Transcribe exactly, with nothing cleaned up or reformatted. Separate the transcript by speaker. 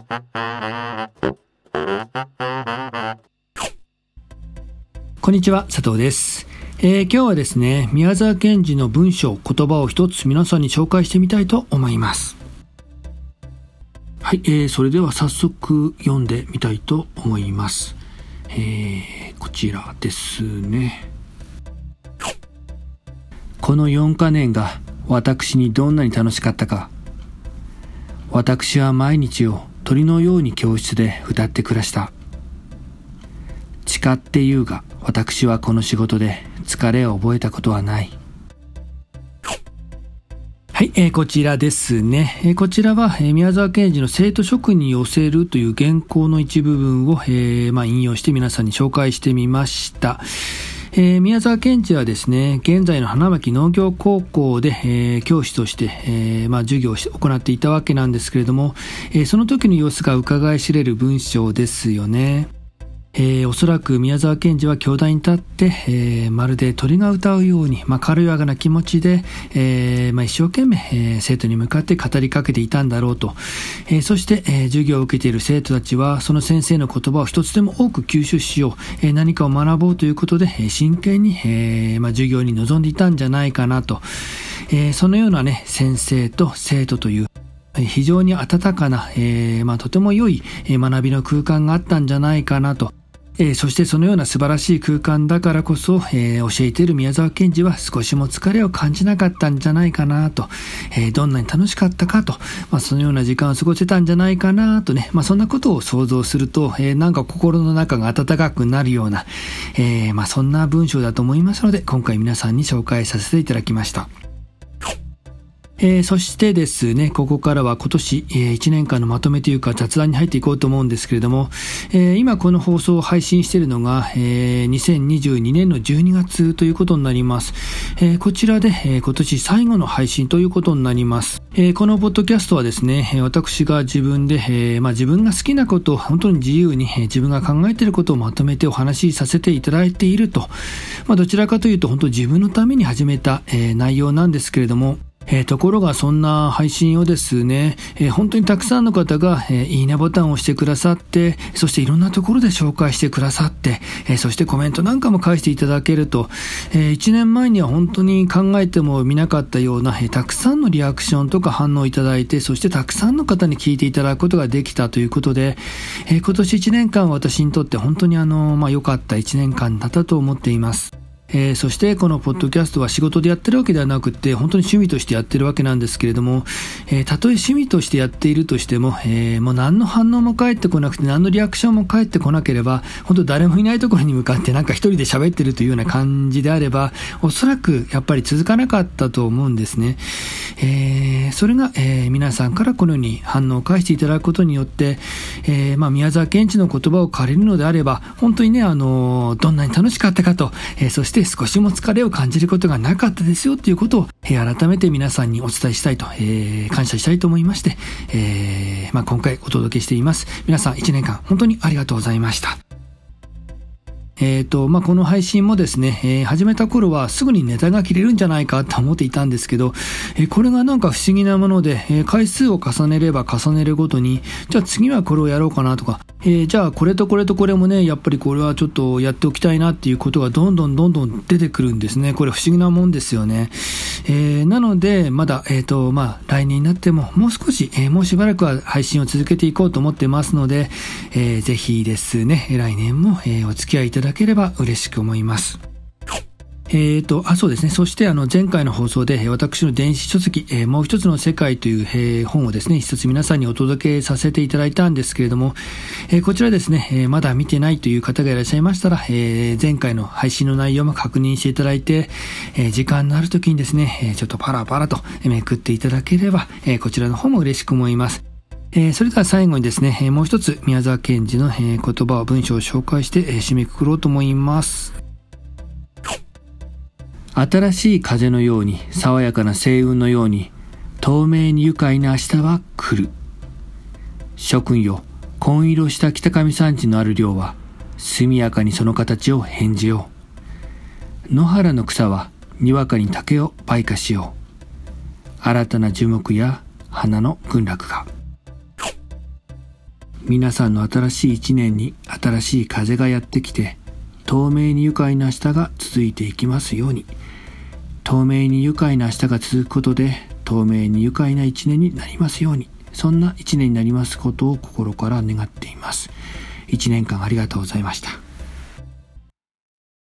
Speaker 1: こんにちは、佐藤です。えー、今日はですね、宮沢賢治の文章、言葉を一つ皆さんに紹介してみたいと思います。はい、えー、それでは早速読んでみたいと思います。えー、こちらですね。このよんかねんが私にどんなに楽しかったか。私は毎日を鳥のように教室で歌って暮らした。誓って言うが、私はこの仕事で疲れを覚えたことはない。はい、えー、こちらですね。えー、こちらは、えー、宮沢賢治の生徒諸君に寄せるという原稿の一部分を、えーまあ、引用して皆さんに紹介してみました。えー、宮沢賢治はですね、現在の花巻農業高校で、えー、教師として、えーまあ、授業を行っていたわけなんですけれども、えー、その時の様子が伺い知れる文章ですよね。えー、おそらく宮沢賢治は教壇に立って、えー、まるで鳥が歌うように、まあ、軽やかな気持ちで、えーまあ、一生懸命、えー、生徒に向かって語りかけていたんだろうと、えー、そして、えー、授業を受けている生徒たちはその先生の言葉を一つでも多く吸収しよう、えー、何かを学ぼうということで、えー、真剣に、えーまあ、授業に臨んでいたんじゃないかなと、えー、そのようなね、先生と生徒という非常に温かな、えーまあ、とても良い学びの空間があったんじゃないかなと。えー、そしてそのような素晴らしい空間だからこそ、えー、教えている宮沢賢治は少しも疲れを感じなかったんじゃないかなと、えー、どんなに楽しかったかと、まあ、そのような時間を過ごせたんじゃないかなとね、まあ、そんなことを想像すると、えー、なんか心の中が温かくなるような、えーまあ、そんな文章だと思いますので、今回皆さんに紹介させていただきました。えー、そしてですね、ここからは今年、えー、いちねんかんのまとめというか雑談に入っていこうと思うんですけれども、えー、今この放送を配信しているのが、えー、にせんにじゅうにねんのじゅうにがつということになります。えー、こちらで、えー、今年最後の配信ということになります。えー、このポッドキャストはですね、私が自分で、えーまあ、自分が好きなことを本当に自由に、えー、自分が考えていることをまとめてお話しさせていただいていると、まあ、どちらかというと本当に自分のために始めた、えー、内容なんですけれども、えー、ところがそんな配信をですね、えー、本当にたくさんの方が、えー、いいねボタンを押してくださって、そしていろんなところで紹介してくださって、えー、そしてコメントなんかも返していただけると、えー、いちねんまえには本当に考えてもみなかったような、えー、たくさんのリアクションとか反応いただいて、そしてたくさんの方に聞いていただくことができたということで、えー、今年いちねんかん私にとって本当にあの、まあ、良かったいちねんかんだったと思っています。えー、そしてこのポッドキャストは仕事でやってるわけではなくて本当に趣味としてやってるわけなんですけれども、えー、たとえ趣味としてやっているとしても、えー、もう何の反応も返ってこなくて何のリアクションも返ってこなければ本当誰もいないところに向かってなんか一人で喋ってるというような感じであればおそらくやっぱり続かなかったと思うんですね。えー、それが、えー、皆さんからこのように反応を返していただくことによって、えーまあ、宮沢賢治の言葉を借りるのであれば本当にね、あのー、どんなに楽しかったかと、えー、そして少しも疲れを感じることがなかったですよということを、えー、改めて皆さんにお伝えしたいと、えー、感謝したいと思いまして、えーまあ、今回お届けしています。皆さんいちねんかん本当にありがとうございました。えーとまあ、この配信もですね、えー、始めた頃はすぐにネタが切れるんじゃないかと思っていたんですけど、えー、これがなんか不思議なもので、えー、回数を重ねれば重ねるごとにじゃあ次はこれをやろうかなとか、えー、じゃあこれとこれとこれもねやっぱりこれはちょっとやっておきたいなっていうことがどんどんどんどん出てくるんですね。これ不思議なもんですよね。えー、なのでまだ、えーとまあ、来年になってももう少し、えー、もうしばらくは配信を続けていこうと思ってますので、えー、ぜひですね来年も、えー、お付き合いいただければ嬉しく思います。えーと、あ、そうですね。そして、あの、前回の放送で、私の電子書籍、えー、もう一つの世界という、えー、本をですね、一冊皆さんにお届けさせていただいたんですけれども、えー、こちらですね、えー、まだ見てないという方がいらっしゃいましたら、えー、前回の配信の内容も確認していただいて、えー、時間のある時にですね、えー、ちょっとパラパラとめくっていただければ、えー、こちらの方も嬉しく思います。えー、それでは最後にですね、えー、もう一つ宮沢賢治の、えー、言葉を文章を紹介して、えー、締めくくろうと思います。新しい風のように爽やかな星雲のように透明に愉快な明日は来る。諸君よ、紺色した北上山地のある寮は速やかにその形を変じよう。野原の草はにわかに竹を培花しよう。新たな樹木や花の群落が。 皆さんの新しい一年に新しい風がやってきて、透明に愉快な明日が続いていきますように。透明に愉快な明日が続くことで、透明に愉快な一年になりますように。そんな一年になりますことを心から願っています。一年間ありがとうございました。